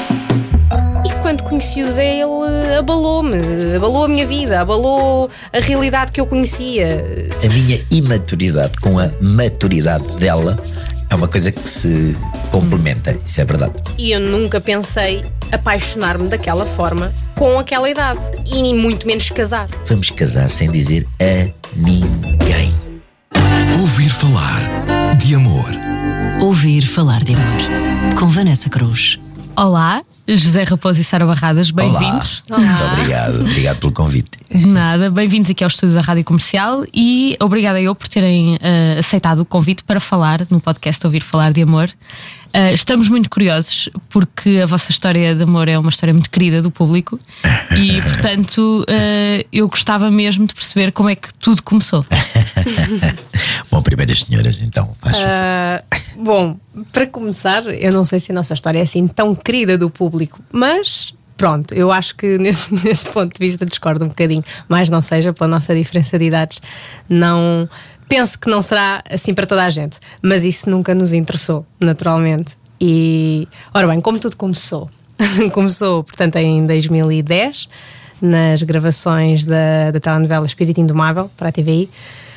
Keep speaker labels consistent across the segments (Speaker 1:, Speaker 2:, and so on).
Speaker 1: E quando conheci o Zé, ele abalou-me, abalou a minha vida, abalou a realidade que eu conhecia.
Speaker 2: A minha imaturidade com a maturidade dela é uma coisa que se complementa, isso é verdade.
Speaker 1: E eu nunca pensei apaixonar-me daquela forma com aquela idade. E muito menos casar.
Speaker 2: Vamos casar sem dizer a ninguém.
Speaker 3: Ouvir falar de amor.
Speaker 4: Ouvir falar de amor. Com Vanessa Cruz.
Speaker 5: Olá, José Raposo e Sara Barradas, bem-vindos.
Speaker 2: Olá. Muito obrigado pelo convite.
Speaker 5: Nada, bem-vindos aqui ao estúdio da Rádio Comercial e obrigada eu por terem aceitado o convite para falar no podcast Ouvir Falar de Amor. Estamos muito curiosos porque a vossa história de amor é uma história muito querida do público e, portanto, eu gostava mesmo de perceber como é que tudo começou.
Speaker 2: Bom, primeiras senhoras, então, faz.
Speaker 1: Bom, para começar, eu não sei se a nossa história é assim tão querida do público, mas pronto, eu acho que nesse ponto de vista discordo um bocadinho, mas não seja pela nossa diferença de idades, não... Penso que não será assim para toda a gente, mas isso nunca nos interessou, naturalmente. E, ora bem, como tudo começou? Começou, portanto, em 2010, nas gravações da telenovela Espírito Indomável, para a TVI.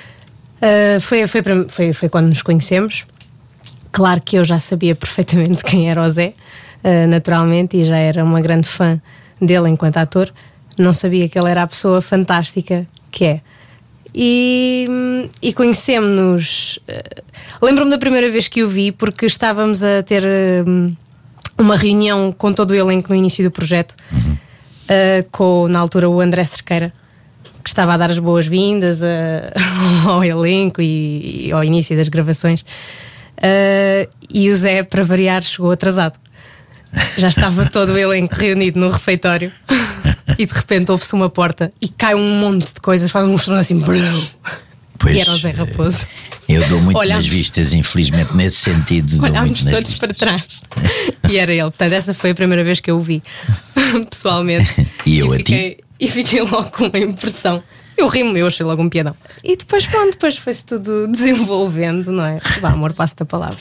Speaker 1: Foi quando nos conhecemos. Claro que eu já sabia perfeitamente quem era o Zé, naturalmente, e já era uma grande fã dele enquanto ator. Não sabia que ele era a pessoa fantástica que é. E conhecemos-nos. Lembro-me da primeira vez que o vi, porque estávamos a ter uma reunião com todo o elenco no início do projeto, com, na altura, o André Cerqueira, que estava a dar as boas-vindas ao elenco e ao início das gravações. E o Zé, para variar, chegou atrasado. Já estava todo o elenco reunido no refeitório e de repente ouve-se uma porta e cai um monte de coisas, faz um estrondo assim.
Speaker 2: Pois,
Speaker 1: e era o Zé Raposo.
Speaker 2: Eu dou muito nas vistas, infelizmente, nesse sentido.
Speaker 1: Olhámos todos para trás e era ele. Portanto, essa foi a primeira vez que eu o vi pessoalmente.
Speaker 2: E
Speaker 1: fiquei logo com uma impressão. Eu rimo, eu achei logo um piadão. E depois, pronto, depois foi-se tudo desenvolvendo, não é? Vá, amor, passo-te a palavra.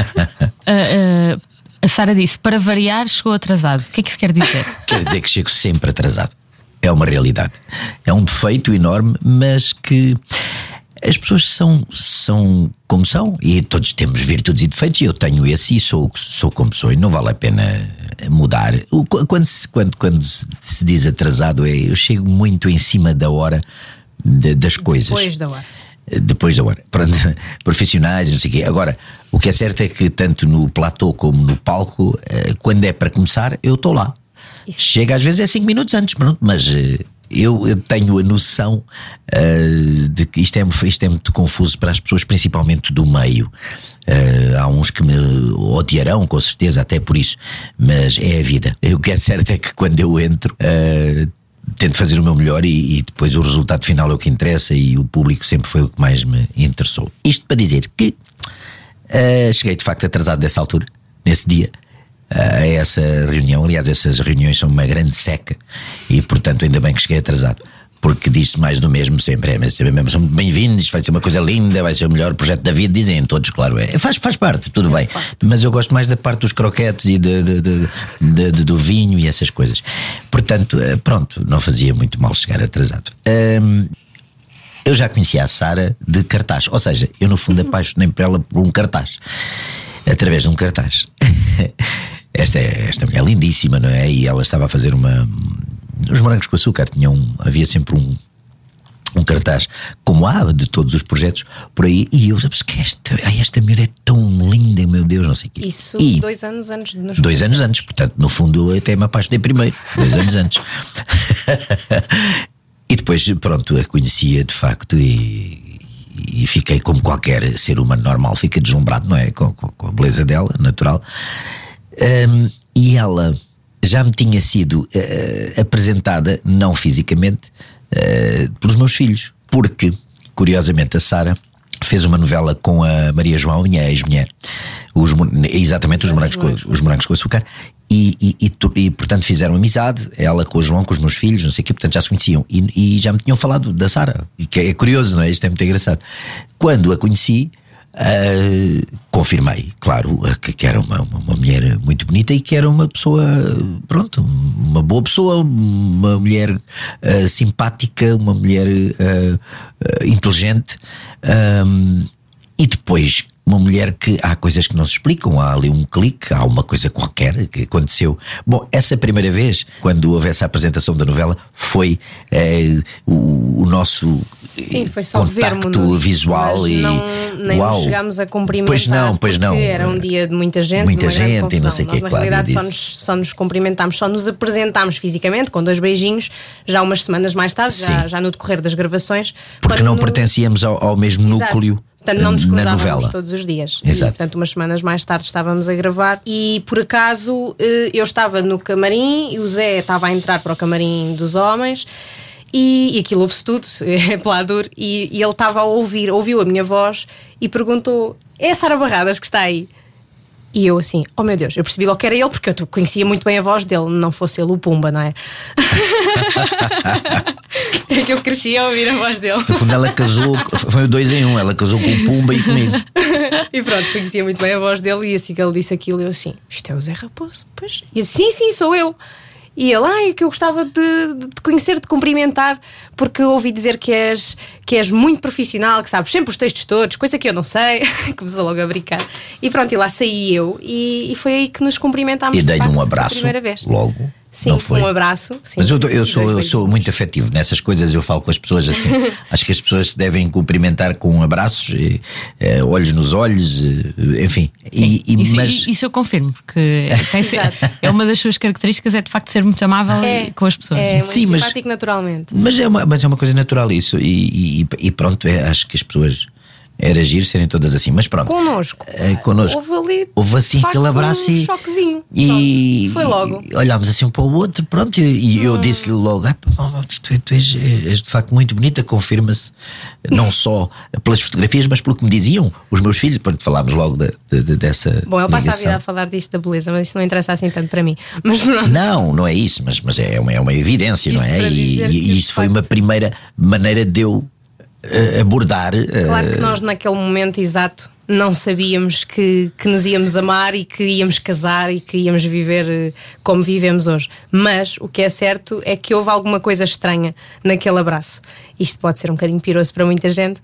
Speaker 5: A Sara disse, para variar, chegou atrasado. O que é que isso quer dizer?
Speaker 2: Quer dizer que chego sempre atrasado. É uma realidade. É um defeito enorme, mas que as pessoas são como são. E todos temos virtudes e defeitos. E eu tenho esse e sou como sou. E não vale a pena mudar. Quando se diz atrasado, eu chego muito em cima da hora das coisas. Depois da hora. Pronto, profissionais, não sei o quê. Agora, o que é certo é que tanto no platô como no palco, quando é para começar, eu estou lá. Isso. Chega às vezes 5 minutos antes, pronto, mas eu tenho a noção de que isto é muito confuso para as pessoas, principalmente do meio. Há uns que me odiarão, com certeza, até por isso, mas é a vida. O que é certo é que quando eu entro, tento fazer o meu melhor e depois o resultado final é o que interessa, e o público sempre foi o que mais me interessou. Isto para dizer que cheguei de facto atrasado dessa altura, nesse dia, a essa reunião. Aliás, essas reuniões são uma grande seca e, portanto, ainda bem que cheguei atrasado, porque diz-se mais do mesmo sempre. São bem-vindos, vai ser uma coisa linda, vai ser o melhor projeto da vida, dizem todos, claro. Faz parte, tudo bem. Mas eu gosto mais da parte dos croquetes e do vinho e essas coisas. Portanto, pronto, não fazia muito mal chegar atrasado. Eu já conhecia a Sara de cartaz, ou seja, eu no fundo apaixonei por ela por um cartaz, através de um cartaz. Esta mulher é lindíssima, não é? E ela estava a fazer os morangos com açúcar, havia sempre um cartaz, como há de todos os projetos por aí, e eu disse que esta mulher é tão linda, meu Deus, não sei o quê.
Speaker 1: Isso 2 anos antes de nos
Speaker 2: 2 anos antes, portanto, no fundo, eu até me apaixonei primeiro, 2 anos antes. E depois, pronto, a conhecia de facto e fiquei como qualquer ser humano normal, fica deslumbrado, não é? Com a beleza dela, natural. E ela já me tinha sido apresentada, não fisicamente, pelos meus filhos, porque, curiosamente, a Sara fez uma novela com a Maria João, minha ex-mulher, exatamente os morangos com açúcar, e portanto fizeram amizade, ela com o João, com os meus filhos, não sei o quê, portanto já se conheciam e já me tinham falado da Sara, que é curioso, não é? Isto é muito engraçado. Quando a conheci, confirmei, claro, que era uma mulher muito bonita e que era uma pessoa, pronto, uma boa pessoa, uma mulher simpática, uma mulher inteligente, e depois uma mulher que há coisas que não se explicam, há ali um clique, há uma coisa qualquer que aconteceu. Bom, essa primeira vez, quando houve essa apresentação da novela, foi o nosso
Speaker 1: foi só
Speaker 2: contacto visual
Speaker 1: mas
Speaker 2: e
Speaker 1: nem
Speaker 2: uau.
Speaker 1: nos chegámos a cumprimentar.
Speaker 2: Pois não.
Speaker 1: Era um dia de muita gente,
Speaker 2: muita
Speaker 1: uma grande
Speaker 2: gente
Speaker 1: confusão.
Speaker 2: e não sei o quê,
Speaker 1: Nós, na
Speaker 2: claro,
Speaker 1: realidade, só nos cumprimentámos, só nos apresentámos fisicamente, com 2 beijinhos, já umas semanas mais tarde, já no decorrer das gravações.
Speaker 2: Porque não pertencíamos ao mesmo núcleo.
Speaker 1: Portanto, não nos
Speaker 2: na
Speaker 1: cruzávamos
Speaker 2: novela
Speaker 1: todos os dias.
Speaker 2: Exato.
Speaker 1: E, portanto, umas semanas mais tarde estávamos a gravar e, por acaso, eu estava no camarim e o Zé estava a entrar para o camarim dos homens e aquilo ouve-se tudo, é Pladur, e ele estava a ouviu a minha voz e perguntou: é a Sara Barradas que está aí? E eu assim, oh meu Deus, eu percebi logo que era ele, porque eu conhecia muito bem a voz dele, não fosse ele o Pumba, não é? É que eu cresci a ouvir a voz dele.
Speaker 2: No fundo ela casou, foi o 2 em 1, ela casou com o Pumba e comigo.
Speaker 1: E pronto, conhecia muito bem a voz dele. E assim que ele disse aquilo, eu assim, isto é o Zé Raposo, pois? E eu, sim, sou eu. E ele, que eu gostava de te conhecer, de cumprimentar, porque eu ouvi dizer que és muito profissional, que sabes sempre os textos todos, coisa que eu não sei. Começou logo a brincar. E pronto, e lá saí eu, e foi aí que nos cumprimentámos.
Speaker 2: E dei-lhe um abraço
Speaker 1: primeira vez.
Speaker 2: logo.
Speaker 1: Sim,
Speaker 2: não foi?
Speaker 1: Um abraço. Sim,
Speaker 2: mas eu sou muito afetivo nessas coisas, eu falo com as pessoas assim. Acho que as pessoas se devem cumprimentar com abraços, olhos nos olhos, enfim.
Speaker 5: Isso eu confirmo, porque é uma das suas características, é de facto ser muito amável com as pessoas.
Speaker 1: É muito simpático naturalmente.
Speaker 2: Mas é uma coisa natural isso, e pronto, acho que as pessoas. Era giro serem todas assim, mas pronto.
Speaker 1: Connosco.
Speaker 2: Houve assim aquele abraço
Speaker 1: um choquezinho.
Speaker 2: E
Speaker 1: foi logo.
Speaker 2: Olhámos assim um para o outro, pronto, e eu disse-lhe logo: tu és de facto muito bonita, confirma-se, não só pelas fotografias, mas pelo que me diziam os meus filhos. Pronto, falámos logo dessa.
Speaker 1: Bom, eu passo a vida a falar disto da beleza, mas isso não interessa assim tanto para mim. Mas pronto.
Speaker 2: Não é isso, mas é uma evidência, isto não é? E isso foi uma primeira maneira de eu abordar.
Speaker 1: Claro que nós naquele momento exato não sabíamos que nos íamos amar e que íamos casar e que íamos viver como vivemos hoje. Mas o que é certo é que houve alguma coisa estranha naquele abraço. Isto pode ser um bocadinho piroso para muita gente,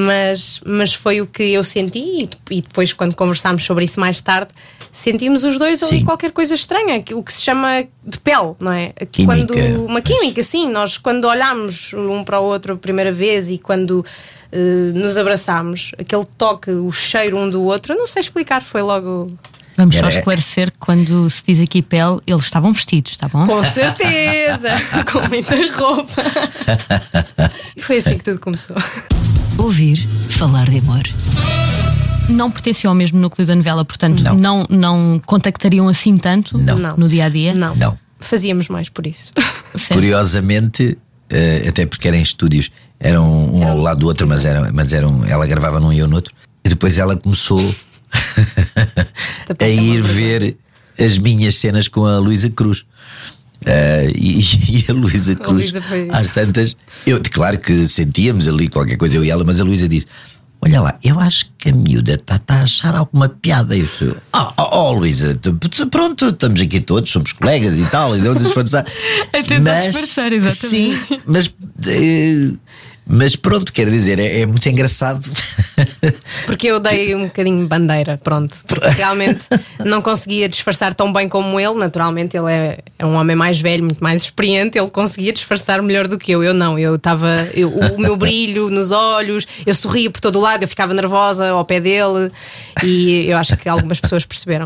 Speaker 1: mas foi o que eu senti, e depois, quando conversámos sobre isso mais tarde, sentimos os dois ali qualquer coisa estranha, o que se chama de pele, não é?
Speaker 2: Química.
Speaker 1: Uma química, sim. Nós, quando olhámos um para o outro a primeira vez e quando nos abraçámos, aquele toque, o cheiro um do outro, eu não sei explicar, foi logo.
Speaker 5: Vamos só esclarecer que quando se diz aqui pele, eles estavam vestidos, está bom?
Speaker 1: Com certeza, com muita roupa. E foi assim que tudo começou.
Speaker 4: Ouvir falar de amor.
Speaker 5: Não pertenciam ao mesmo núcleo da novela, portanto não contactariam assim tanto no dia-a-dia?
Speaker 1: Não. Fazíamos mais por isso.
Speaker 2: Curiosamente, até porque eram estúdios, eram um ao lado do outro, mas eram, ela gravava num e eu no outro. E depois ela começou a ir ver as minhas cenas com a Luísa Cruz. E a Luísa Cruz, às tantas, claro que sentíamos ali qualquer coisa, eu e ela, mas a Luísa disse: olha lá, eu acho que a miúda está a achar alguma piada. Eu disse: Luísa, pronto, estamos aqui todos, somos colegas e tal, e vamos disfarçar.
Speaker 5: A tentar disfarçar, exatamente.
Speaker 2: Sim, mas pronto, quero dizer, é muito engraçado.
Speaker 1: Porque eu dei um bocadinho bandeira, pronto. Porque realmente não conseguia disfarçar tão bem como ele. Naturalmente, ele é um homem mais velho, muito mais experiente. Ele conseguia disfarçar melhor do que eu. Eu não, o meu brilho nos olhos, eu sorria por todo o lado, eu ficava nervosa ao pé dele. E eu acho que algumas pessoas perceberam.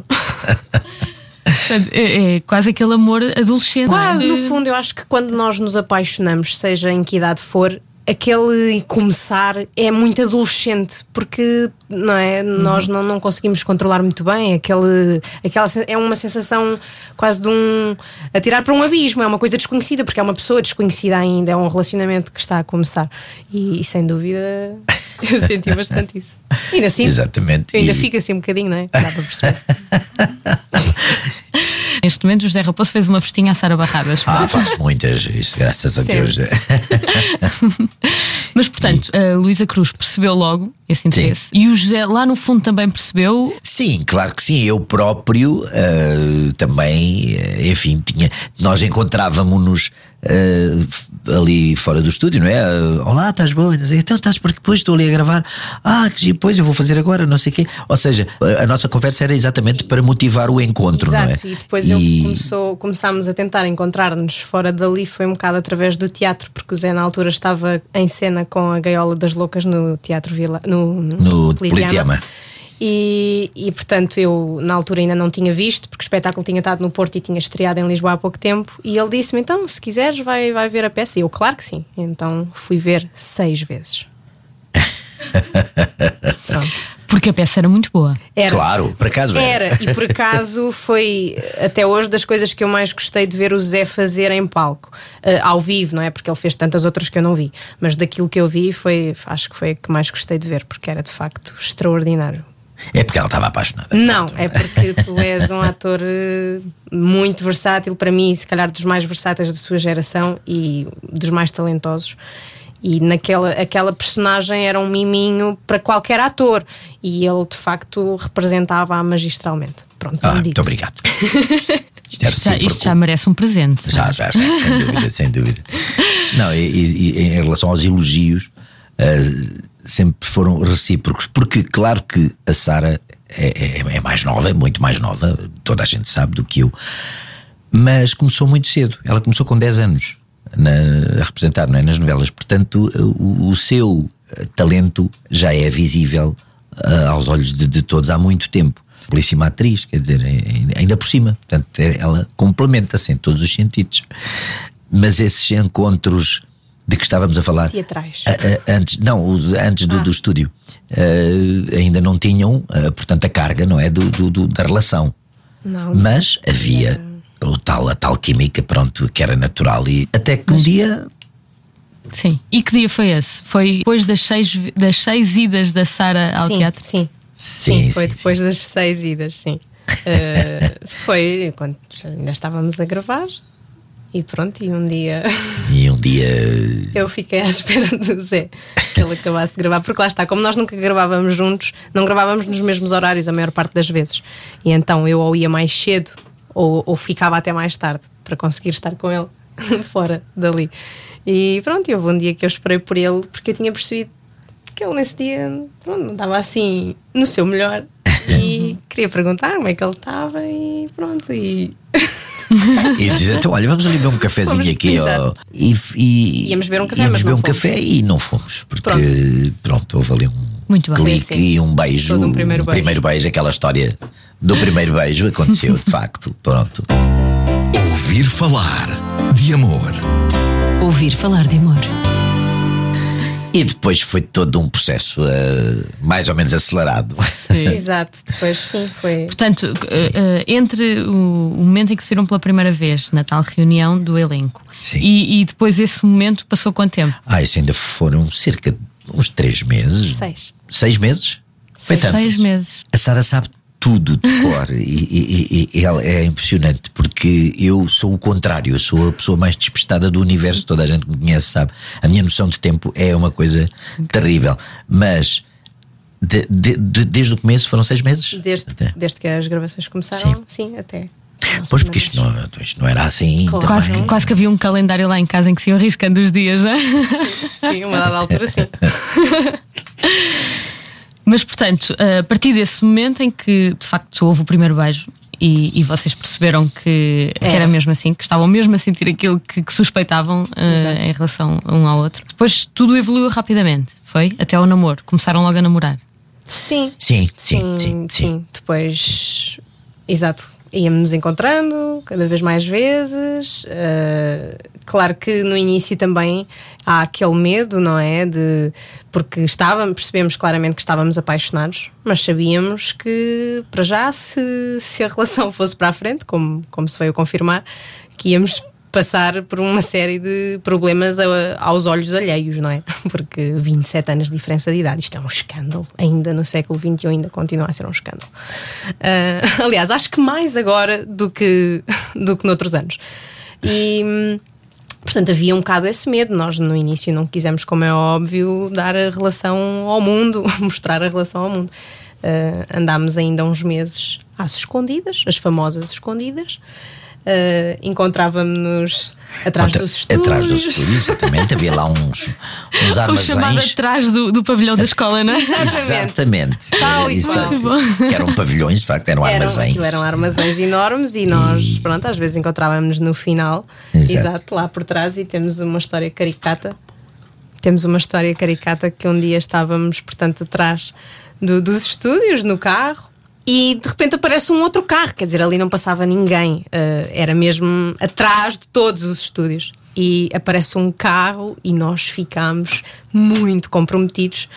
Speaker 5: É quase aquele amor adolescente.
Speaker 1: Quase, no fundo, eu acho que quando nós nos apaixonamos, seja em que idade for, aquele começar é muito adolescente, porque não é? Nós não conseguimos controlar muito bem é uma sensação quase de atirar para um abismo, é uma coisa desconhecida, porque é uma pessoa desconhecida ainda, é um relacionamento que está a começar e sem dúvida eu senti bastante isso. E ainda assim,
Speaker 2: exatamente.
Speaker 1: Eu ainda fico assim um bocadinho, não é? Dá para perceber.
Speaker 5: Neste momento o José Raposo fez uma festinha à Sara Barradas.
Speaker 2: Faço muitas, isso graças a Deus.
Speaker 5: Mas, portanto, a Luísa Cruz percebeu logo esse interesse. Sim. E o José, lá no fundo, também percebeu?
Speaker 2: Sim, claro que sim. Eu próprio também, enfim, nós encontrávamos-nos ali fora do estúdio, não é? Olá, estás bom? Então estás porque depois estou ali a gravar. Depois eu vou fazer agora, não sei o quê. Ou seja, a nossa conversa era exatamente para motivar o encontro.
Speaker 1: Exato,
Speaker 2: não é?
Speaker 1: E depois começámos a tentar encontrar-nos fora dali, foi um bocado através do teatro, porque o Zé na altura estava em cena com a Gaiola das Loucas no Teatro no Politeama. E portanto eu na altura ainda não tinha visto, porque o espetáculo tinha estado no Porto e tinha estreado em Lisboa há pouco tempo. E ele disse-me: então, se quiseres vai ver a peça. E eu, claro que sim. Então fui ver 6 vezes. Pronto.
Speaker 5: Porque a peça era muito boa.
Speaker 1: Era.
Speaker 2: Claro, por acaso era.
Speaker 1: E por acaso foi até hoje das coisas que eu mais gostei de ver o Zé fazer em palco, ao vivo, não é? Porque ele fez tantas outras que eu não vi, mas daquilo que eu vi acho que foi a que mais gostei de ver, porque era de facto extraordinário.
Speaker 2: É porque ela estava apaixonada.
Speaker 1: Não, é porque tu és um ator muito versátil, para mim, se calhar dos mais versáteis da sua geração e dos mais talentosos. E aquela personagem era um miminho para qualquer ator. E ele de facto representava-a magistralmente. Pronto,
Speaker 2: muito obrigado.
Speaker 5: Isto já merece um presente.
Speaker 2: Já, sem dúvida. Não, e em relação aos elogios, sempre foram recíprocos, porque claro que a Sara é mais nova, é muito mais nova, toda a gente sabe do que eu, mas começou muito cedo. Ela começou com 10 anos a representar, não é? Nas novelas. Portanto, o seu talento já é visível aos olhos de todos há muito tempo. Belíssima atriz, quer dizer, ainda por cima. Portanto, ela complementa-se em todos os sentidos. Mas esses encontros de que estávamos a falar
Speaker 1: teatrais,
Speaker 2: antes do estúdio, ainda não tinham, portanto, a carga, não é, da relação.
Speaker 1: Não,
Speaker 2: mas havia a tal química, pronto, que era natural. E até que um dia.
Speaker 5: Sim. E que dia foi esse? Foi depois das 6 idas da Sara ao teatro?
Speaker 1: Sim, foi depois das 6 idas, sim. Foi quando ainda estávamos a gravar. E pronto, e um dia eu fiquei à espera do Zé que ele acabasse de gravar, porque lá está, como nós nunca gravávamos juntos, não gravávamos nos mesmos horários a maior parte das vezes. E então eu ou ia mais cedo ou ficava até mais tarde para conseguir estar com ele fora dali. E pronto, houve um dia que eu esperei por ele, porque eu tinha percebido que ele nesse dia não estava assim no seu melhor. E queria perguntar como é que ele estava. E pronto, e
Speaker 2: dizer, então olha, vamos ali beber um cafezinho aqui.
Speaker 1: Íamos beber um café, mas não fomos.
Speaker 2: E não fomos, porque pronto, houve ali um clique e um beijo.
Speaker 1: Um primeiro
Speaker 2: beijo, aquela história do primeiro beijo aconteceu de facto. Pronto.
Speaker 3: Ouvir falar de amor.
Speaker 4: Ouvir falar de amor.
Speaker 2: E depois foi todo um processo mais ou menos acelerado.
Speaker 1: Exato, depois sim, foi.
Speaker 5: Portanto, entre o momento em que se viram pela primeira vez na tal reunião do elenco e depois esse momento passou quanto tempo?
Speaker 2: Isso ainda foram cerca de uns 3 meses. 6 meses? Foi tanto.
Speaker 5: 6 meses.
Speaker 2: A Sara sabe tudo de cor e ela é impressionante, porque eu sou o contrário, eu sou a pessoa mais despistada do universo. Toda a gente que me conhece sabe, a minha noção de tempo é uma coisa terrível, mas desde o começo foram 6 meses?
Speaker 1: Desde que as gravações começaram, sim até.
Speaker 2: Pois, porque isto não era assim.
Speaker 1: Claro.
Speaker 5: Quase que havia um calendário lá em casa em que se iam arriscando os dias, não é?
Speaker 1: Sim, uma dada altura sim.
Speaker 5: Mas, portanto, a partir desse momento em que de facto houve o primeiro beijo e vocês perceberam que era mesmo assim, que estavam mesmo a sentir aquilo que suspeitavam em relação um ao outro, depois tudo evoluiu rapidamente, foi? Até ao namoro, começaram logo a namorar.
Speaker 2: Sim.
Speaker 1: Depois, exato, íamos nos encontrando cada vez mais vezes. Claro que no início também há aquele medo, não é? Porque percebemos claramente que estávamos apaixonados, mas sabíamos que para já, se a relação fosse para a frente, como se veio confirmar, que íamos passar por uma série de problemas aos olhos alheios, não é? Porque 27 anos de diferença de idade, isto é um escândalo. Ainda no século XXI ainda continua a ser um escândalo. Aliás, acho que mais agora do que noutros anos. Portanto, havia um bocado esse medo. Nós no início não quisemos, como é óbvio, dar a relação ao mundo, mostrar a relação ao mundo. Andámos ainda uns meses às escondidas, as famosas escondidas. Encontrávamos-nos atrás dos estúdios.
Speaker 2: Atrás dos estúdios, exatamente. Havia lá uns armazéns.
Speaker 5: O chamado atrás do pavilhão da escola, não é?
Speaker 2: Exatamente.
Speaker 1: Muito
Speaker 5: bom.
Speaker 2: Que eram pavilhões, de facto, eram armazéns.
Speaker 1: Eram armazéns enormes e nós, pronto, às vezes encontrávamos no final, exato, lá por trás, e temos uma história caricata. Temos uma história caricata que um dia estávamos, portanto, atrás dos estúdios, no carro. E de repente aparece um outro carro, quer dizer, ali não passava ninguém, era mesmo atrás de todos os estúdios. E aparece um carro e nós ficámos muito comprometidos.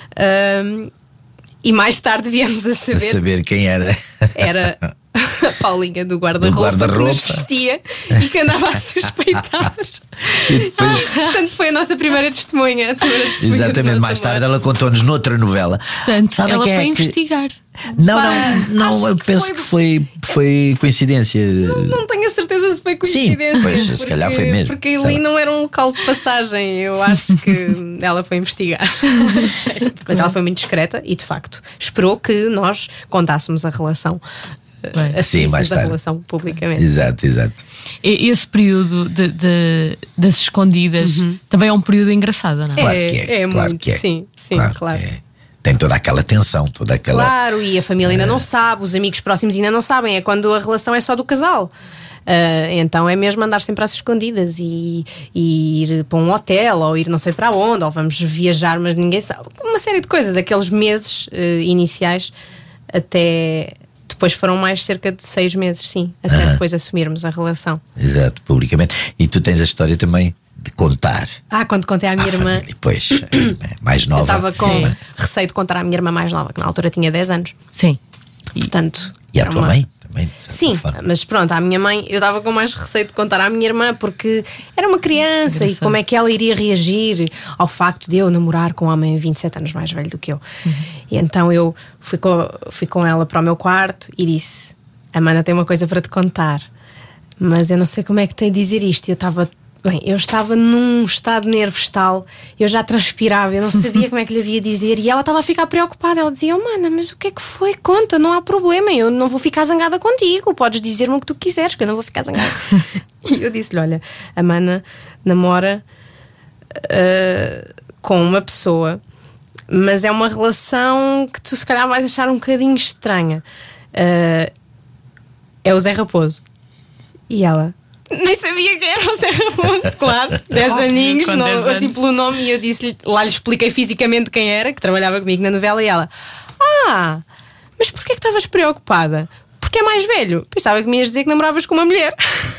Speaker 1: E mais tarde viemos a saber
Speaker 2: quem era.
Speaker 1: Era a Paulinha do guarda-roupa que nos vestia e que andava a suspeitar.
Speaker 2: E depois...
Speaker 1: Portanto, foi a nossa primeira testemunha.
Speaker 2: Exatamente, mais tarde ela contou-nos noutra novela.
Speaker 5: Portanto, ela foi investigar.
Speaker 2: Não, eu penso que foi coincidência.
Speaker 1: Não tenho a certeza se foi coincidência.
Speaker 2: Sim, pois, se calhar foi mesmo.
Speaker 1: Porque ali não era um local de passagem. Eu acho que ela foi investigar. Mas ela foi muito discreta e, de facto, esperou que nós contássemos a relação. Assim, mais tarde. Da relação publicamente.
Speaker 2: Exato.
Speaker 5: Esse período das escondidas também é um período engraçado, não é?
Speaker 2: Claro que é.
Speaker 1: Claro muito, que é. Sim, claro.
Speaker 2: Tem toda aquela tensão, toda aquela...
Speaker 1: Claro, e a família ainda não sabe, os amigos próximos ainda não sabem. É quando a relação é só do casal. Então é mesmo andar sempre às escondidas e ir para um hotel, ou ir não sei para onde, ou vamos viajar, mas ninguém sabe. Uma série de coisas, aqueles meses iniciais até... Depois foram mais cerca de 6 meses, sim, até depois assumirmos a relação.
Speaker 2: Exato, publicamente. E tu tens a história também de contar.
Speaker 1: Quando contei à minha irmã.
Speaker 2: Família. Pois, mais nova.
Speaker 1: Eu estava com receio de contar à minha irmã mais nova, que na altura tinha 10 anos.
Speaker 5: Sim.
Speaker 1: Portanto,
Speaker 2: e à tua mãe? Também,
Speaker 1: sim, mas pronto, à minha mãe eu estava com mais receio de contar à minha irmã, porque era uma criança. E como é que ela iria reagir ao facto de eu namorar com um homem 27 anos mais velho do que eu. E então eu fui com ela para o meu quarto e disse: Amanda, tem uma coisa para te contar, mas eu não sei como é que tenho de dizer isto. Eu estava num estado de nervos tal, eu já transpirava, eu não sabia como é que lhe havia dizer. E ela estava a ficar preocupada. Ela dizia: Mana, mas o que é que foi? Conta, não há problema, eu não vou ficar zangada contigo, podes dizer-me o que tu quiseres, que eu não vou ficar zangada. E eu disse-lhe: olha, a Mana namora com uma pessoa, mas é uma relação que tu se calhar vais achar um bocadinho estranha. É o Zé Raposo. E ela... Nem sabia quem era o Zé Raposo, claro. 10 aninhos, assim pelo nome. E eu disse-lhe, lá lhe expliquei fisicamente quem era, que trabalhava comigo na novela. E ela: mas porquê que estavas preocupada? Porque é mais velho. Pensava que me ias dizer que namoravas com uma mulher.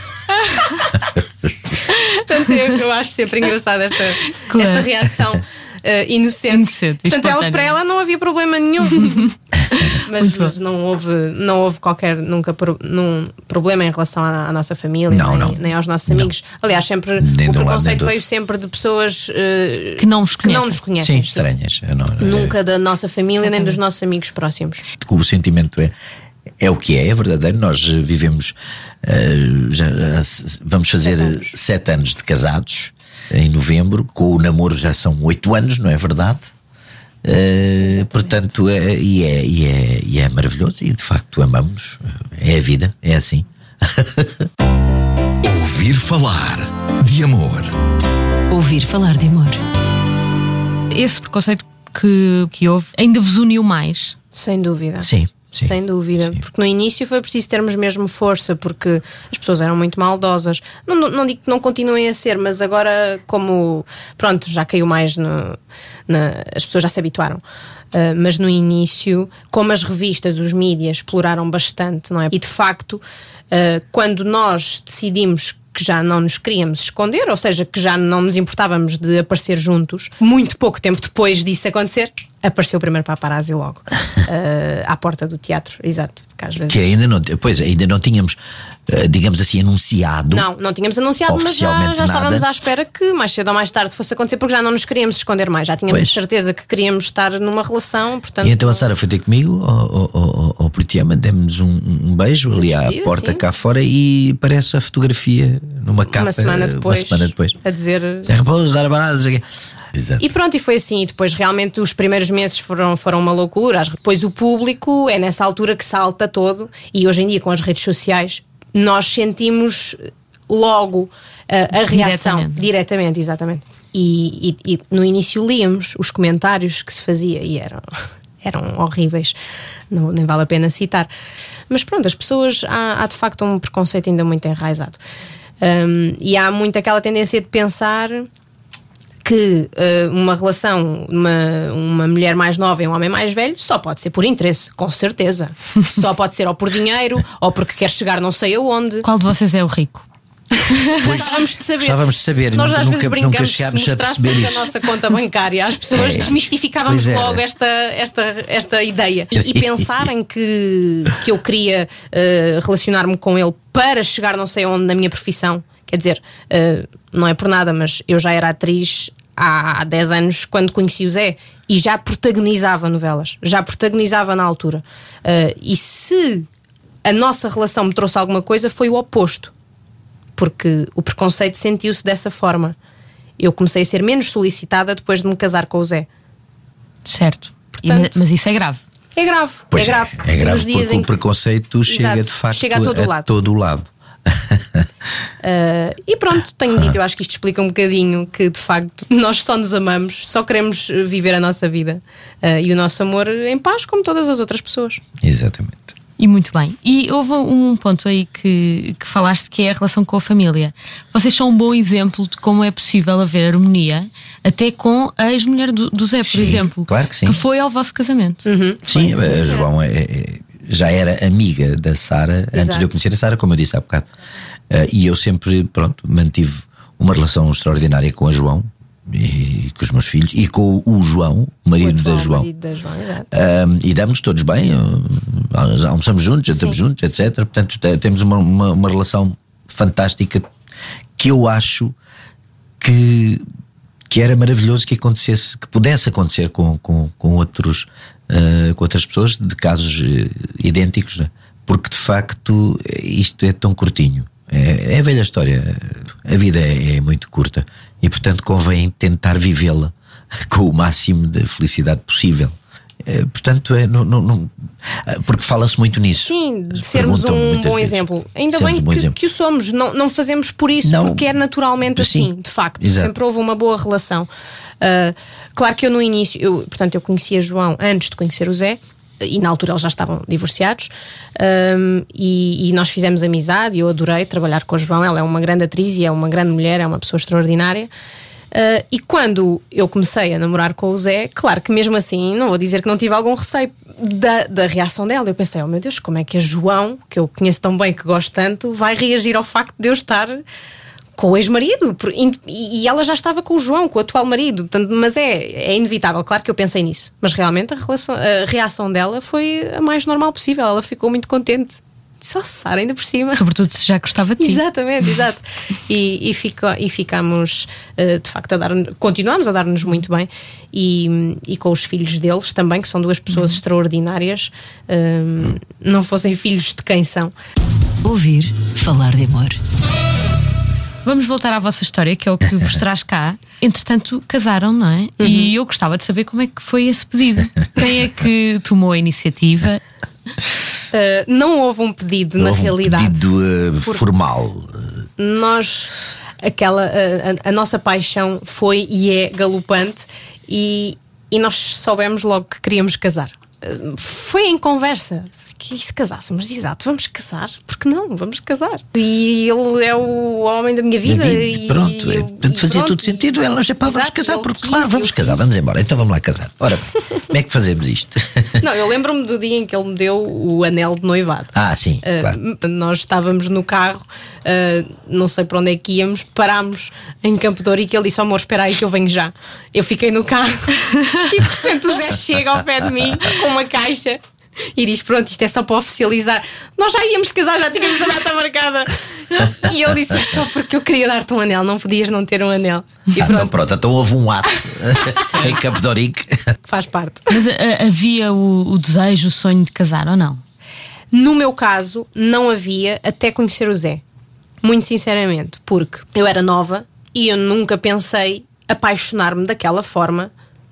Speaker 1: Portanto, eu acho sempre engraçada esta reação inocente. Portanto, para ela não havia problema nenhum. Mas não houve qualquer problema em relação à nossa família, nem aos nossos amigos. Aliás, sempre o preconceito veio sempre de pessoas
Speaker 5: que não nos
Speaker 1: conhecem.
Speaker 2: Sim, estranhas.
Speaker 1: Nunca da nossa família, nem dos nossos amigos próximos.
Speaker 2: O sentimento é o que é verdadeiro. Nós vivemos, vamos fazer 7 anos de casados em novembro. Com o namoro já são 8 anos, não é verdade? Portanto, é maravilhoso e de facto amamos. É a vida, é assim.
Speaker 3: Ouvir falar de amor.
Speaker 4: Ouvir falar de amor.
Speaker 5: Esse preconceito que houve ainda vos uniu mais?
Speaker 1: Sem dúvida.
Speaker 2: Sim.
Speaker 1: Sem dúvida, porque no início foi preciso termos mesmo força, porque as pessoas eram muito maldosas. Não digo que não continuem a ser, mas agora, como pronto, já caiu mais as pessoas já se habituaram. Mas no início, como as revistas, os mídias exploraram bastante, não é? E de facto, quando nós decidimos que já não nos queríamos esconder, ou seja, que já não nos importávamos de aparecer juntos, muito pouco tempo depois disso acontecer, apareceu o primeiro paparazzi logo à porta do teatro, exato. Porque às vezes...
Speaker 2: Que ainda não tínhamos, digamos assim, anunciado.
Speaker 1: Não tínhamos anunciado, mas já estávamos à espera que mais cedo ou mais tarde fosse acontecer, porque já não nos queríamos esconder mais, já tínhamos certeza que queríamos estar numa relação, portanto...
Speaker 2: E então a Sara foi ter comigo ao Portiama, demos um beijo ali à porta, sim, cá fora, e aparece a fotografia numa capa
Speaker 1: uma semana depois a dizer
Speaker 2: Sara Barada, não sei o quê. Exato.
Speaker 1: E pronto, e foi assim. E depois realmente os primeiros meses foram uma loucura. Depois o público é nessa altura que salta todo. E hoje em dia, com as redes sociais, nós sentimos logo a reação diretamente, exatamente. E no início líamos os comentários que se fazia e eram horríveis. Nem vale a pena citar. Mas pronto, as pessoas, há de facto um preconceito ainda muito enraizado. E há muito aquela tendência de pensar que uma relação, uma mulher mais nova e um homem mais velho só pode ser por interesse, com certeza. Só pode ser ou por dinheiro ou porque quer chegar não sei aonde.
Speaker 5: Qual de vocês é o rico?
Speaker 1: Gostávamos de saber. Nós às vezes brincamos, se mostrássemos a nossa conta bancária às pessoas, desmistificávamos logo esta ideia. E pensarem que eu queria relacionar-me com ele para chegar não sei onde na minha profissão. Quer dizer, não é por nada, mas eu já era atriz há 10 anos quando conheci o Zé e já protagonizava novelas, já protagonizava na altura. E se a nossa relação me trouxe alguma coisa, foi o oposto, porque o preconceito sentiu-se dessa forma. Eu comecei a ser menos solicitada depois de me casar com o Zé.
Speaker 5: Certo. Portanto, mas isso é grave.
Speaker 1: É grave.
Speaker 2: Pois
Speaker 1: é grave.
Speaker 2: É grave porque o preconceito chega de facto
Speaker 1: chega a todo o lado. E pronto, tenho dito, eu acho que isto explica um bocadinho que de facto nós só nos amamos, só queremos viver a nossa vida e o nosso amor em paz, como todas as outras pessoas.
Speaker 2: Exatamente.
Speaker 5: E muito bem. E houve um ponto aí que falaste, que é a relação com a família. Vocês são um bom exemplo de como é possível haver harmonia até com a ex-mulher do Zé, por exemplo.
Speaker 2: Claro que sim.
Speaker 5: Que foi ao vosso casamento.
Speaker 2: Sim, a João já era amiga da Sara antes de eu conhecer a Sara, como eu disse há bocado. E eu sempre, mantive uma relação extraordinária com a João e com os meus filhos e com o João, o marido da João. E damos todos bem, almoçamos juntos, jantamos juntos, etc. Portanto, temos uma relação fantástica que eu acho que era maravilhoso que acontecesse, que pudesse acontecer com outras pessoas de casos idênticos, né? Porque de facto isto é tão curtinho. É a velha história. A vida é muito curta e portanto convém tentar vivê-la com o máximo de felicidade possível. Portanto, porque fala-se muito nisso.
Speaker 1: Sim, de sermos um bom exemplo. Ainda bem que o somos. Não fazemos por isso, porque é naturalmente assim, de facto.
Speaker 2: Exato.
Speaker 1: Sempre houve uma boa relação. Claro que eu no início, eu conhecia João antes de conhecer o Zé. E na altura eles já estavam divorciados, e nós fizemos amizade e eu adorei trabalhar com a João. Ela é uma grande atriz e é uma grande mulher, é uma pessoa extraordinária. E quando eu comecei a namorar com o Zé, claro que mesmo assim, não vou dizer que não tive algum receio da reação dela. Eu pensei, oh meu Deus, como é que a João, que eu conheço tão bem, que gosto tanto, vai reagir ao facto de eu estar com o ex-marido? E ela já estava com o João, com o atual marido. Mas é inevitável, claro que eu pensei nisso. Mas realmente a reação dela foi a mais normal possível. Ela ficou muito contente. Só Sara, ainda por cima.
Speaker 5: Sobretudo se já gostava de ti.
Speaker 1: Exatamente, exato. E ficámos, de facto, continuamos a dar-nos muito bem. E com os filhos deles também, que são duas pessoas extraordinárias. Não fossem filhos de quem são.
Speaker 4: Ouvir falar de amor.
Speaker 5: Vamos voltar à vossa história, que é o que vos traz cá. Entretanto, casaram, não é? E eu gostava de saber como é que foi esse pedido. Quem é que tomou a iniciativa?
Speaker 1: Não houve um pedido, na realidade.
Speaker 2: Um pedido formal.
Speaker 1: Nós, a nossa paixão foi e é galopante, e nós soubemos logo que queríamos casar. Foi em conversa que se casássemos, exato, vamos casar, porque não, vamos casar. E ele é o homem da minha vida.
Speaker 2: Portanto, fazia todo sentido. Ela não sei, vamos casar, porque claro, vamos casar, vamos embora, então vamos lá casar. Ora, como é que fazemos isto?
Speaker 1: Não, eu lembro-me do dia em que ele me deu o anel de noivado.
Speaker 2: Sim, claro.
Speaker 1: Nós estávamos no carro não sei para onde é que íamos, parámos em Campo de Ourique e ele disse: amor, espera aí que eu venho já. Eu fiquei no carro e de repente o Zé chega ao pé de mim com uma caixa e diz: pronto, isto é só para oficializar, nós já íamos casar, já tínhamos a data marcada. E ele disse: só porque eu queria dar-te um anel, não podias não ter um anel. E
Speaker 2: pronto, então houve um ato em Campo de Ourique.
Speaker 1: Faz parte.
Speaker 5: Mas havia o desejo, o sonho de casar ou não?
Speaker 1: No meu caso, não havia, até conhecer o Zé. Muito sinceramente, porque eu era nova e eu nunca pensei apaixonar-me daquela forma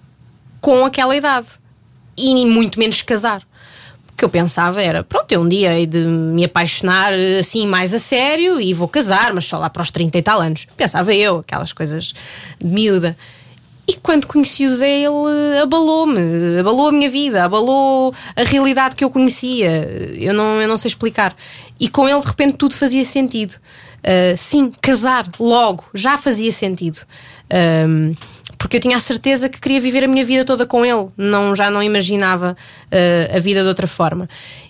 Speaker 1: com aquela idade. E muito menos casar. O que eu pensava era: pronto, eu um dia hei de me apaixonar assim mais a sério e vou casar, mas só lá para os 30 e tal anos. Pensava eu, aquelas coisas de miúda. E quando conheci o Zé, ele abalou-me, abalou a minha vida, abalou a realidade que eu conhecia. Eu não sei explicar. E com ele, de repente, tudo fazia sentido. Sim, casar logo já fazia sentido. Porque eu tinha a certeza que queria viver a minha vida toda com ele. Já não imaginava a vida de outra forma.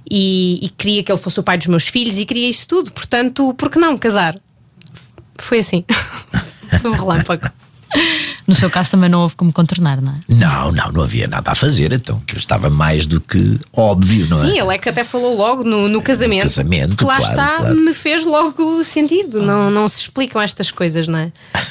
Speaker 1: E queria que ele fosse o pai dos meus filhos e queria isso tudo. Portanto, por que não casar? Foi assim. Foi um relâmpago.
Speaker 5: No seu caso também não houve como contornar, não é?
Speaker 2: Não havia nada a fazer, então, que eu estava mais do que óbvio, não é?
Speaker 1: Sim, ele é que até falou logo no casamento.
Speaker 2: Casamento,
Speaker 1: que lá
Speaker 2: claro,
Speaker 1: está,
Speaker 2: claro.
Speaker 1: Me fez logo sentido. Não se explicam estas coisas, não é?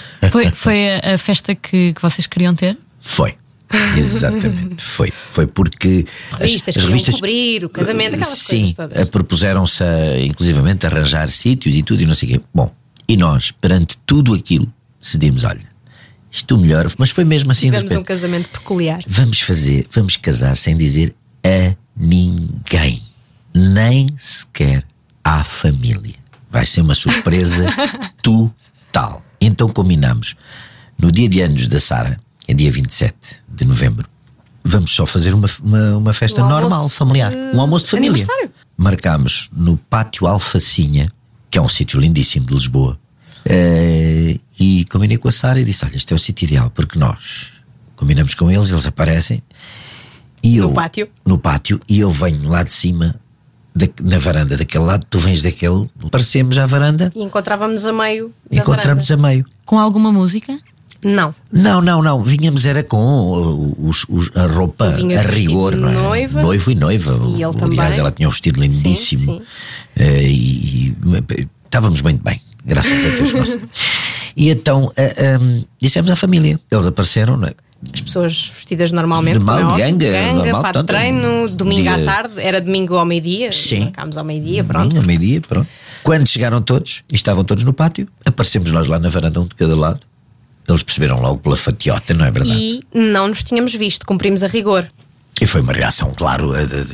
Speaker 5: Foi a festa que vocês queriam ter?
Speaker 2: Foi. Exatamente, foi porque
Speaker 1: Revistas
Speaker 2: as
Speaker 1: queriam cobrir o casamento, aquelas coisas todas.
Speaker 2: Propuseram-se inclusivamente arranjar sítios e tudo e não sei o quê. Bom, e nós, perante tudo aquilo, decidimos: olha, isto melhor, mas foi mesmo assim.
Speaker 1: Tivemos um casamento peculiar.
Speaker 2: Vamos casar sem dizer a ninguém, nem sequer à família. Vai ser uma surpresa total. Então combinamos, no dia de anos da Sara, é dia 27 de novembro, vamos só fazer uma festa normal, familiar, um almoço de família.
Speaker 1: Aniversário.
Speaker 2: Marcámos no Pátio Alfacinha, que é um sítio lindíssimo de Lisboa. E combinei com a Sara e disse: olha, este é o sítio ideal, porque nós combinamos com eles aparecem e eu, no pátio, e eu venho lá de cima na varanda daquele lado, tu vens daquele, aparecemos à varanda
Speaker 1: e encontrávamos a meio da
Speaker 2: encontramos
Speaker 1: varanda.
Speaker 2: A meio.
Speaker 5: Com alguma música?
Speaker 1: Não.
Speaker 2: Vinhamos era com a roupa a rigor, não é? Noivo e noiva.
Speaker 1: E ele também.
Speaker 2: Aliás, ela tinha um vestido lindíssimo.
Speaker 1: Sim.
Speaker 2: E estávamos muito bem, graças a Deus. Nossa. E então dissemos à família, eles apareceram, não é?
Speaker 1: As pessoas vestidas normalmente,
Speaker 2: normal, ganga,
Speaker 1: fato de treino, domingo à tarde, era domingo ao meio-dia.
Speaker 2: Sim.
Speaker 1: Marcámos ao meio-dia, pronto.
Speaker 2: Ao meio-dia, pronto. Quando chegaram todos, e estavam todos no pátio, aparecemos nós lá na varanda, um de cada lado. Eles perceberam logo pela fatiota, não é verdade?
Speaker 1: E não nos tínhamos visto, cumprimos a rigor.
Speaker 2: E foi uma reação, claro,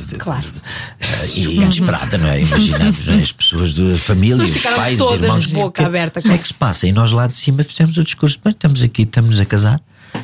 Speaker 2: inesperada, não é? Imaginamos, não é? As pessoas da família, os pais, os irmãos,
Speaker 1: de boca aberta.
Speaker 2: Como é que se passa? E nós lá de cima fizemos o discurso: bem, estamos aqui, estamos a casar.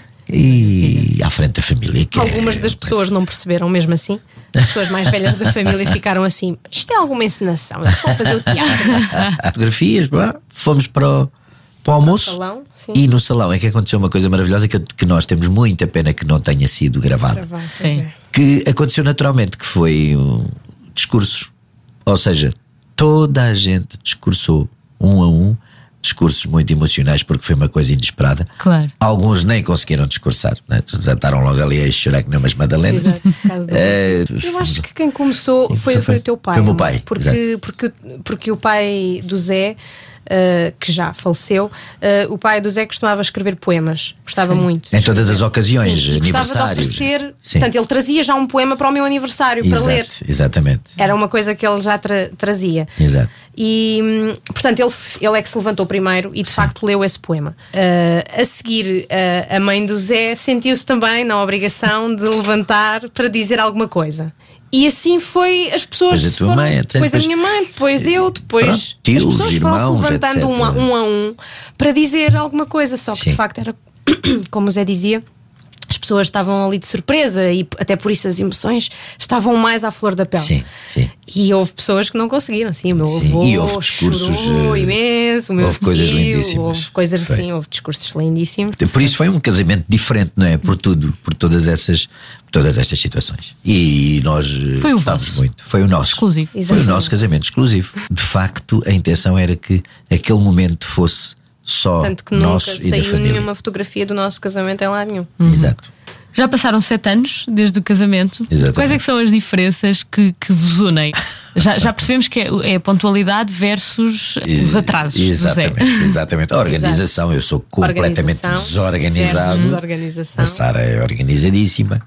Speaker 2: E à frente da família.
Speaker 1: Algumas das pessoas não perceberam mesmo assim. As pessoas mais velhas da família ficaram assim: isto é alguma encenação, eles estão a fazer o teatro.
Speaker 2: Fotografias, fomos para o almoço.
Speaker 1: No salão, sim.
Speaker 2: E no salão é que aconteceu uma coisa maravilhosa que nós temos muita pena que não tenha sido gravado. Que aconteceu naturalmente, que foi discursos. Ou seja, toda a gente discursou um a um, discursos muito emocionais, porque foi uma coisa inesperada.
Speaker 5: Claro.
Speaker 2: Alguns nem conseguiram discursar, né? Estaram logo ali a chorar que nem umas Madalenas.
Speaker 1: Exato, caso eu acho que quem começou foi o teu pai.
Speaker 2: Foi o meu pai.
Speaker 1: Porque o pai do Zé, que já faleceu, o pai do Zé costumava escrever poemas. Gostava muito.
Speaker 2: Em todas as ocasiões,
Speaker 1: sim,
Speaker 2: aniversários.
Speaker 1: Gostava de oferecer. Portanto, ele trazia já um poema para o meu aniversário para ler.
Speaker 2: Exatamente.
Speaker 1: Era uma coisa que ele já trazia.
Speaker 2: Exato.
Speaker 1: E, portanto, ele é que se levantou primeiro e de facto leu esse poema. A seguir, a mãe do Zé sentiu-se também na obrigação de levantar para dizer alguma coisa. E assim foi, as pessoas
Speaker 2: depois a tua mãe,
Speaker 1: depois a minha mãe, depois eu, depois
Speaker 2: pronto, tios,
Speaker 1: as pessoas
Speaker 2: irmãos,
Speaker 1: foram-se levantando
Speaker 2: etc.
Speaker 1: um a um para dizer alguma coisa. Só que
Speaker 2: Sim.
Speaker 1: de facto era, como o Zé dizia, as pessoas estavam ali de surpresa e até por isso as emoções estavam mais à flor da pele.
Speaker 2: Sim, sim.
Speaker 1: E houve pessoas que não conseguiram. Sim, o meu
Speaker 2: Sim,
Speaker 1: avô
Speaker 2: e houve discursos,
Speaker 1: chorou imenso, o meu
Speaker 2: houve coisas
Speaker 1: tio,
Speaker 2: lindíssimas.
Speaker 1: houve coisas
Speaker 2: Foi.
Speaker 1: assim, houve discursos lindíssimos.
Speaker 2: Por isso foi um casamento diferente, não é? Por tudo, por todas estas situações. E nós
Speaker 5: Foi o
Speaker 2: gostámos
Speaker 5: vosso.
Speaker 2: muito. Foi o nosso.
Speaker 5: Exclusivo.
Speaker 2: Foi o
Speaker 1: Exatamente.
Speaker 2: nosso casamento exclusivo. De facto, a intenção era que aquele momento fosse só
Speaker 1: Tanto que nunca
Speaker 2: nosso e da
Speaker 1: saiu
Speaker 2: família.
Speaker 1: nenhuma fotografia do nosso casamento em lado nenhum.
Speaker 2: Exato.
Speaker 5: Já passaram 7 anos desde o casamento.
Speaker 2: Exatamente.
Speaker 5: Quais é que são as diferenças que vos unem? Já percebemos que é a pontualidade versus os atrasos do Zé.
Speaker 2: Exatamente. A organização, eu sou completamente
Speaker 1: Organização
Speaker 2: desorganizado.
Speaker 1: versus desorganização.
Speaker 2: A Sara é organizadíssima.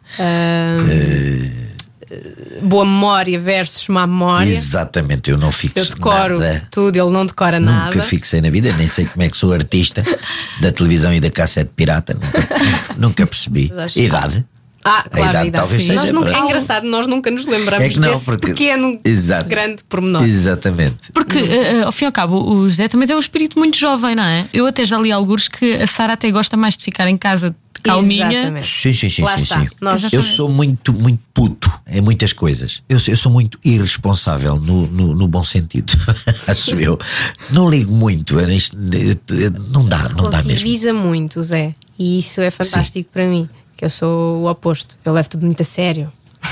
Speaker 1: Boa memória versus má memória.
Speaker 2: Exatamente, eu não fixo
Speaker 1: Eu decoro
Speaker 2: nada.
Speaker 1: tudo, ele não decora nada.
Speaker 2: Nunca fixei na vida, nem sei como é que sou artista da televisão e da cassete pirata. Nunca percebi.
Speaker 1: Mas acho-
Speaker 2: Idade.
Speaker 1: Claro,
Speaker 2: A idade talvez
Speaker 1: sim. Nós
Speaker 2: seja
Speaker 1: nunca,
Speaker 2: para-
Speaker 1: é engraçado, nós nunca nos lembramos
Speaker 2: É que não,
Speaker 1: desse
Speaker 2: porque-
Speaker 1: pequeno,
Speaker 2: Exato.
Speaker 1: grande pormenor.
Speaker 2: Exatamente.
Speaker 5: Porque, ao fim e ao cabo, o José também tem um espírito muito jovem, não é? Eu até já li alguns que a Sara até gosta mais de ficar em casa de calminha.
Speaker 1: Exatamente.
Speaker 2: Sim.
Speaker 1: Lá está. Nós-
Speaker 2: Eu sou muito puto em muitas coisas. Eu sou muito irresponsável no bom sentido. Acho eu. Não ligo muito. Não dá mesmo.
Speaker 1: Relativiza muito, Zé. E isso é fantástico para mim. Que eu sou o oposto. Eu levo tudo muito a sério.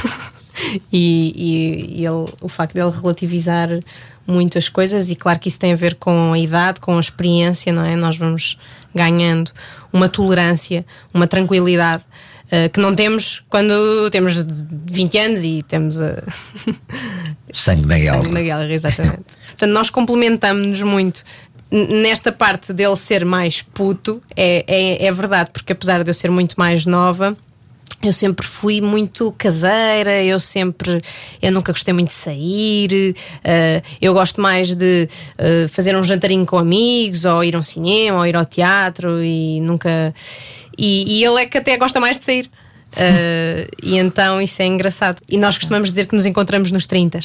Speaker 1: e o facto dele relativizar muito as coisas, e claro que isso tem a ver com a idade, com a experiência, não é? Nós vamos ganhando uma tolerância, uma tranquilidade que não temos quando temos 20 anos e temos
Speaker 2: Sangue na guerra.
Speaker 1: sangue na guerra, exatamente. Portanto, nós complementamos-nos muito. Nesta parte dele ser mais puto, é verdade, porque apesar de eu ser muito mais nova, eu sempre fui muito caseira, eu nunca gostei muito de sair, eu gosto mais de fazer um jantarinho com amigos, ou ir a um cinema, ou ir ao teatro, e nunca. E ele é que até gosta mais de sair. E então isso é engraçado. E nós costumamos dizer que nos encontramos nos 30.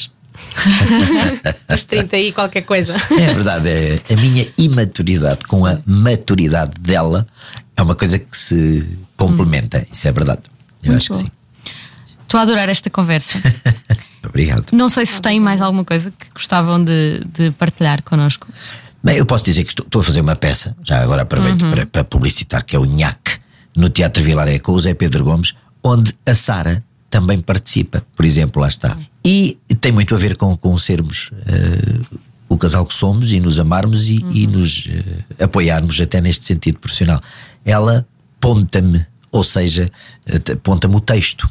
Speaker 1: Nos 30 e qualquer coisa.
Speaker 2: É verdade, a minha imaturidade com a maturidade dela é uma coisa que se complementa. Isso é verdade. Eu acho que sim.
Speaker 5: Estou a adorar esta conversa.
Speaker 2: Obrigado.
Speaker 5: Não sei se têm mais alguma coisa que gostavam de partilhar connosco.
Speaker 2: Bem, eu posso dizer que estou a fazer uma peça, já agora aproveito para publicitar, que é o Nhaque, no Teatro Vilaré, com o Zé Pedro Gomes, onde a Sara também participa, por exemplo, lá está. E tem muito a ver com sermos o casal que somos, e nos amarmos e nos apoiarmos até neste sentido profissional. Ela ponta-me, ou seja, ponta-me o texto.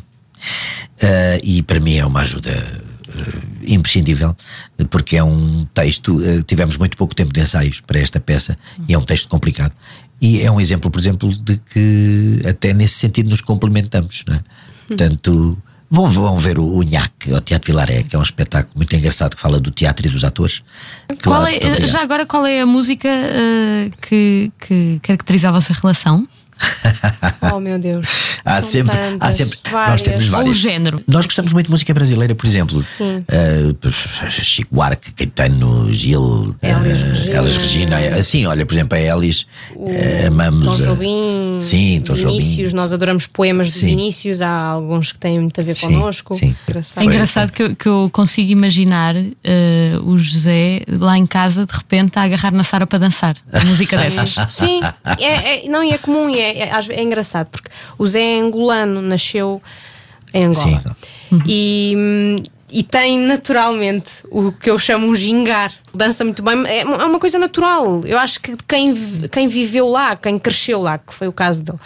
Speaker 2: E para mim é uma ajuda imprescindível, porque é um texto, tivemos muito pouco tempo de ensaios para esta peça, e é um texto complicado. E é um exemplo, por exemplo, de que até nesse sentido nos complementamos, não é? Portanto, vão ver o Nhaque, ao Teatro Vilaré, que é um espetáculo muito engraçado que fala do teatro e dos atores.
Speaker 5: Já agora, qual é a música que caracteriza a vossa relação?
Speaker 1: Oh meu Deus.
Speaker 2: Há
Speaker 1: São
Speaker 2: sempre,
Speaker 1: tantas,
Speaker 2: nós temos
Speaker 5: Ou o
Speaker 2: várias.
Speaker 5: género?
Speaker 2: Nós gostamos muito de música brasileira, por exemplo.
Speaker 1: Sim.
Speaker 2: Chico Buarque, Caetano, Gil, Elis Regina. Assim, olha, por exemplo, a Elis, amamos.
Speaker 1: Tom Jobim,
Speaker 2: Sim, Tom Jobim.
Speaker 1: Vinícius, nós adoramos poemas de
Speaker 2: Sim.
Speaker 1: Vinícius, há alguns que têm muito a ver
Speaker 2: Sim,
Speaker 1: connosco.
Speaker 2: sim.
Speaker 5: É engraçado que eu consigo imaginar o José lá em casa, de repente, a agarrar na Sara para dançar a música dessas.
Speaker 1: Sim, não, e é comum, e é engraçado, porque o Zé é angolano, nasceu em Angola.
Speaker 2: Sim.
Speaker 1: E tem naturalmente o que eu chamo um gingar. Dança muito bem, é uma coisa natural. Eu acho que quem viveu lá, quem cresceu lá, que foi o caso dele.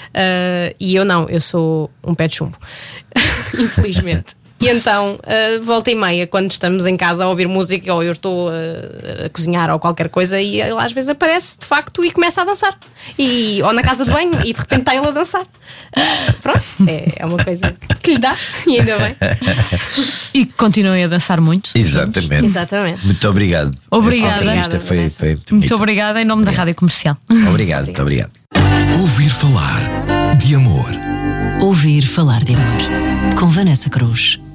Speaker 1: E eu sou um pé de chumbo, infelizmente. E então, volta e meia, quando estamos em casa a ouvir música, ou eu estou a cozinhar ou qualquer coisa, e ele às vezes aparece de facto e começa a dançar. Ou na casa de banho, e de repente está ele a dançar. Pronto, é uma coisa que lhe dá, e ainda bem.
Speaker 5: E continuem a dançar muito.
Speaker 2: Exatamente.
Speaker 1: Exatamente.
Speaker 2: Muito obrigado.
Speaker 5: Obrigada.
Speaker 2: Esta entrevista foi muito
Speaker 5: Muito
Speaker 2: bonita.
Speaker 5: obrigada em nome da Rádio Comercial.
Speaker 2: Obrigado, muito obrigado.
Speaker 3: Ouvir falar de amor.
Speaker 4: Ouvir falar de amor. Com Vanessa Cruz.